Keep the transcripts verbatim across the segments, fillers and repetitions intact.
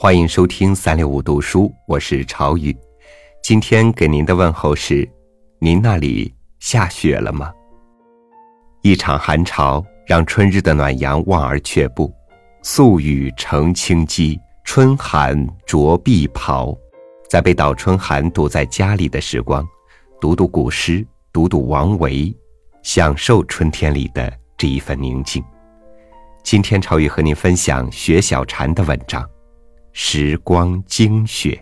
欢迎收听三六五读书，我是朝雨。今天给您的问候是：您那里下雪了吗？一场寒潮让春日的暖阳望而却步，宿雨成轻机，春寒着碧袍。在被倒春寒堵在家里的时光，读读古诗，读读王维，享受春天里的这一份宁静。今天朝雨和您分享雪小禅的文章《时光惊雪》。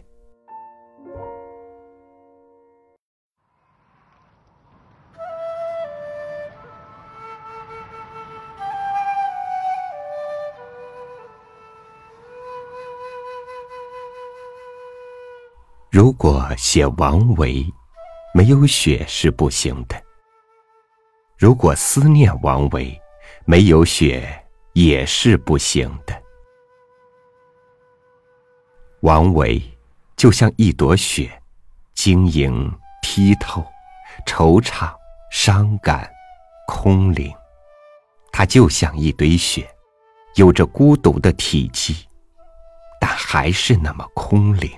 如果写王维，没有雪是不行的；如果思念王维，没有雪也是不行的。王维就像一朵雪，晶莹剔透，惆怅伤感空灵。它就像一堆雪，有着孤独的体积，但还是那么空灵。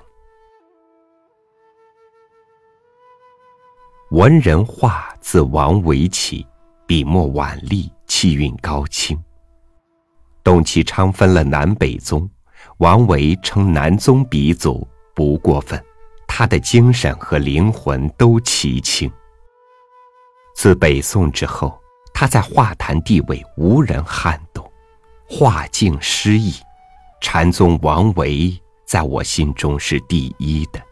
文人画自王维起，笔墨婉丽，气韵高清。董其昌分了南北宗，王维称南宗鼻祖不过分，他的精神和灵魂都奇清。自北宋之后，他在画坛地位无人撼动，画境诗意，禅宗王维在我心中是第一的。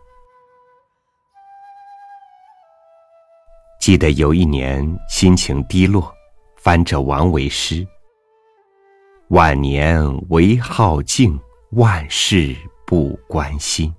记得有一年心情低落，翻着王维诗：晚年唯好静，万事不关心。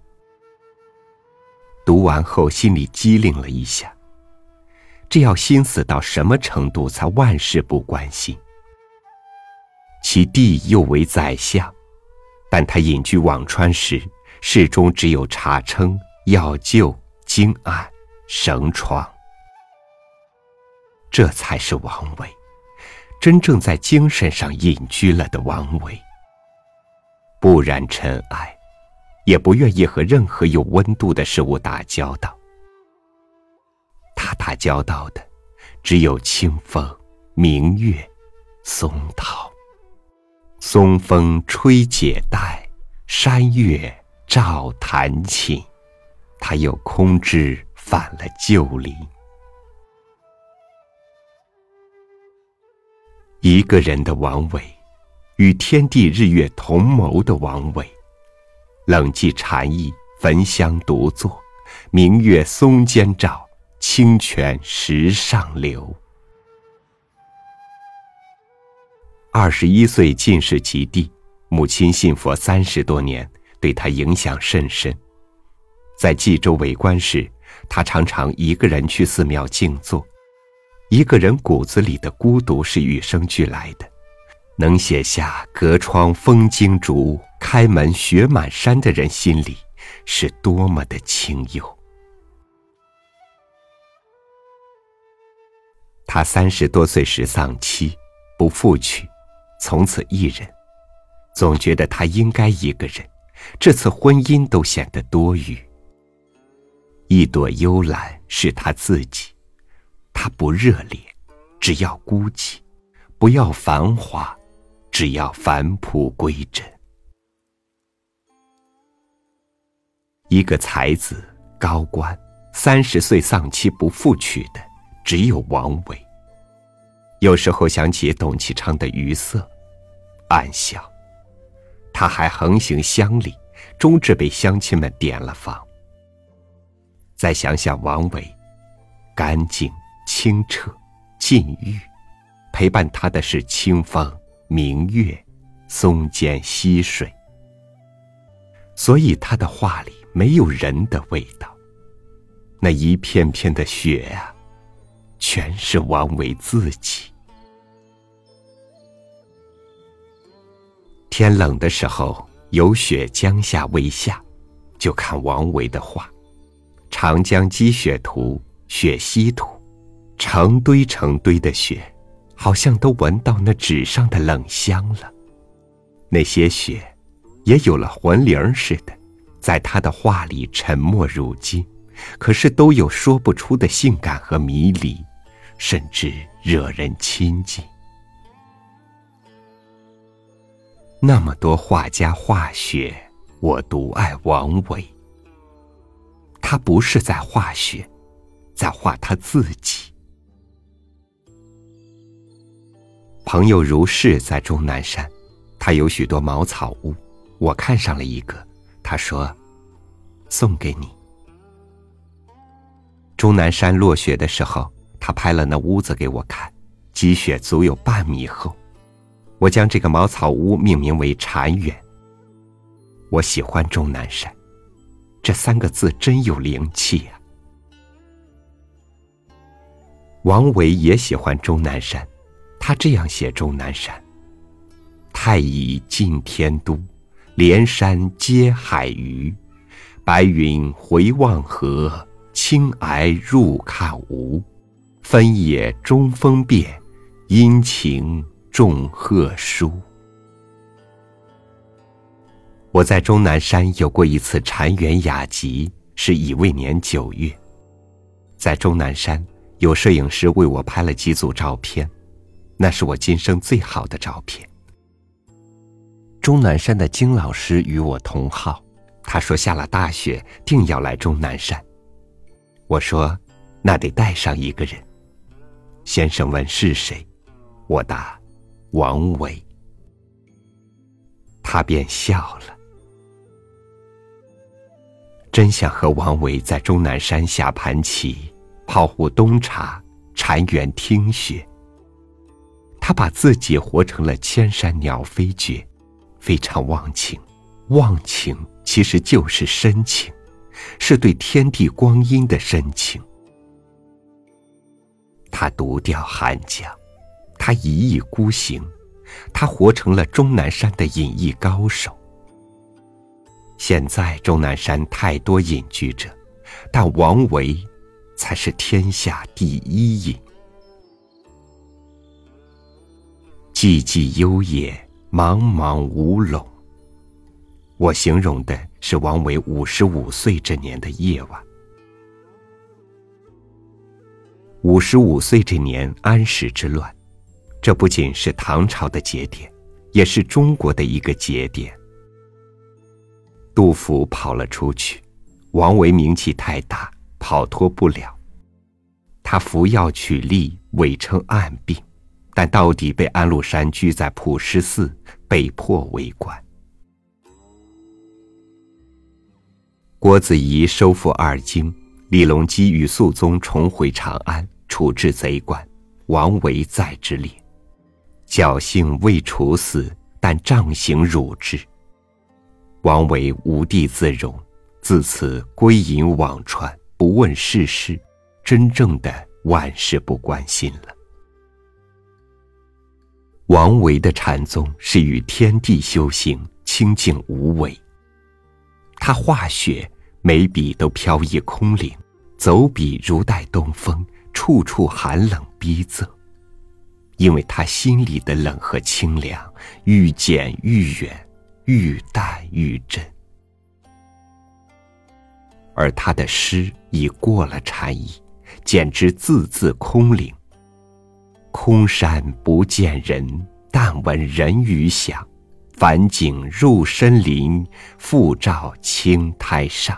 读完后心里机灵了一下，这要心死到什么程度才万事不关心？其弟又为宰相，但他隐居辋川时，室中只有茶称、药臼、经案、绳床。这才是王维，真正在精神上隐居了的王维。不染尘埃，也不愿意和任何有温度的事物打交道。他打交道的只有清风、明月、松涛。松风吹解带，山月照弹琴。他又空知返了旧林。一个人的王维，与天地日月同谋的王维，冷寂禅意，焚香独坐，明月松间照，清泉石上流。二十一岁进士及第，母亲信佛三十多年，对他影响甚深。在冀州为官时，他常常一个人去寺庙静坐。一个人骨子里的孤独是与生俱来的，能写下隔窗风惊竹，开门雪满山的人心里是多么的清幽。他三十多岁时丧妻，不复娶，从此一人，总觉得他应该一个人，这次婚姻都显得多余。一朵幽兰是他自己，他不热烈，只要孤寂；不要繁华，只要返璞归真。一个才子高官，三十岁丧妻不复娶的只有王维。有时候想起董其昌的余色，暗笑。他还横行乡里，终至被乡亲们点了房。再想想王维，干净清澈禁欲，陪伴他的是清风、明月、松间溪水。所以他的画里没有人的味道，那一片片的雪啊，全是王维自己。天冷的时候，有雪江夏未下，就看王维的画，《长江积雪图》《雪溪图》，成堆成堆的雪，好像都闻到那纸上的冷香了。那些雪也有了魂灵似的，在他的画里沉默如金，可是都有说不出的性感和迷离，甚至惹人亲近。那么多画家画学，我独爱王维。他不是在画学，在画他自己。朋友如是在终南山，他有许多茅草屋，我看上了一个，他说送给你。终南山落雪的时候，他拍了那屋子给我看，积雪足有半米厚。我将这个茅草屋命名为禅园。我喜欢终南山，这三个字真有灵气啊。王维也喜欢终南山，他这样写终南山：太乙近天都，连山接海隅。白云回望河，青霭入看无。分野中风变，阴晴众鹤殊。我在终南山有过一次禅园雅集，是乙未年九月。在终南山，有摄影师为我拍了几组照片，那是我今生最好的照片。终南山的金老师与我同号，他说下了大雪定要来终南山。我说那得带上一个人。先生问是谁，我答王维。他便笑了。真想和王维在终南山下盘棋，泡壶冬茶，禅园听雪。他把自己活成了千山鸟飞绝，非常忘情。忘情其实就是深情，是对天地光阴的深情。他独钓寒江，他一意孤行，他活成了终南山的隐逸高手。现在终南山太多隐居者，但王维才是天下第一隐。寂寂幽野，茫茫无垄。我形容的是王维五十五岁这年的夜晚。五十五岁这年安史之乱，这不仅是唐朝的节点，也是中国的一个节点。杜甫跑了出去，王维名气太大，跑脱不了。他服药取栗，伪称暗病，但到底被安禄山拘在普师寺，被迫为官。郭子仪收复二京，李隆基与肃宗重回长安，处置贼官，王维在之列。侥幸未处死，但杖刑辱之。王维无地自容，自此归隐辋传，不问世事，真正的万事不关心了。王维的禅宗是与天地修行，清净无为。他画雪，每笔都飘逸空灵，走笔如带东风，处处寒冷逼仄。因为他心里的冷和清凉，愈减愈远，愈淡愈真。而他的诗已过了禅意，简直字字空灵。空山不见人，但闻人语响。返景入深林，复照青苔上。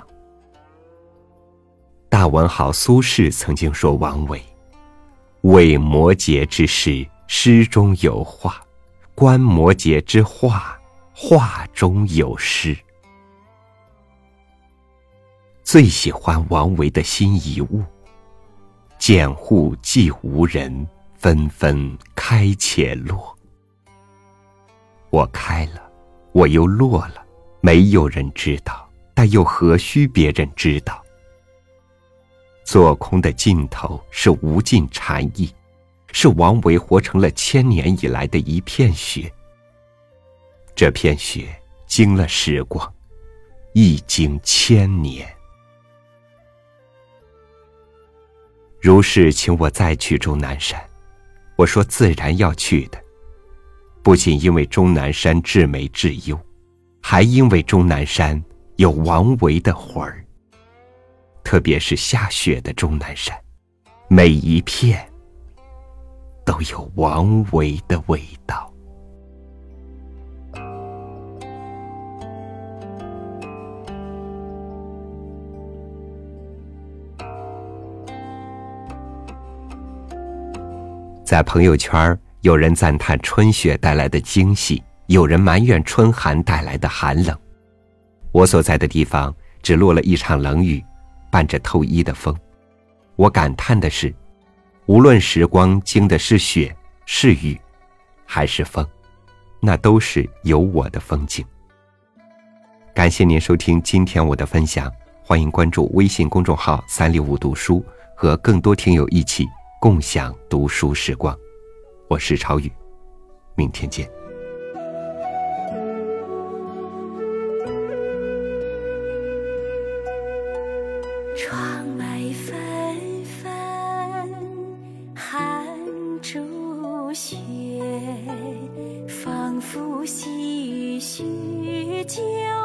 大文豪苏轼曾经说王维：为摩诘之诗，诗中有画；观摩诘之画，画中有诗。最喜欢王维的心一物：见户既无人，纷纷开且落。我开了，我又落了，没有人知道，但又何须别人知道？做空的尽头是无尽禅意，是王维活成了千年以来的一片雪。这片雪经了时光，一经千年。如是请我再去终南山，我说自然要去的，不仅因为终南山至美至幽， 还因为终南山有王维的魂儿。特别是下雪的终南山，每一片都有王维的味道。在朋友圈，有人赞叹春雪带来的惊喜，有人埋怨春寒带来的寒冷。我所在的地方只落了一场冷雨，伴着透衣的风。我感叹的是，无论时光经的是雪是雨还是风，那都是有我的风景。感谢您收听今天我的分享，欢迎关注微信公众号三六五读书，和更多听友一起共享读书时光。我是超宇，明天见。 窗外纷纷寒竹雪，仿佛唏嘘旧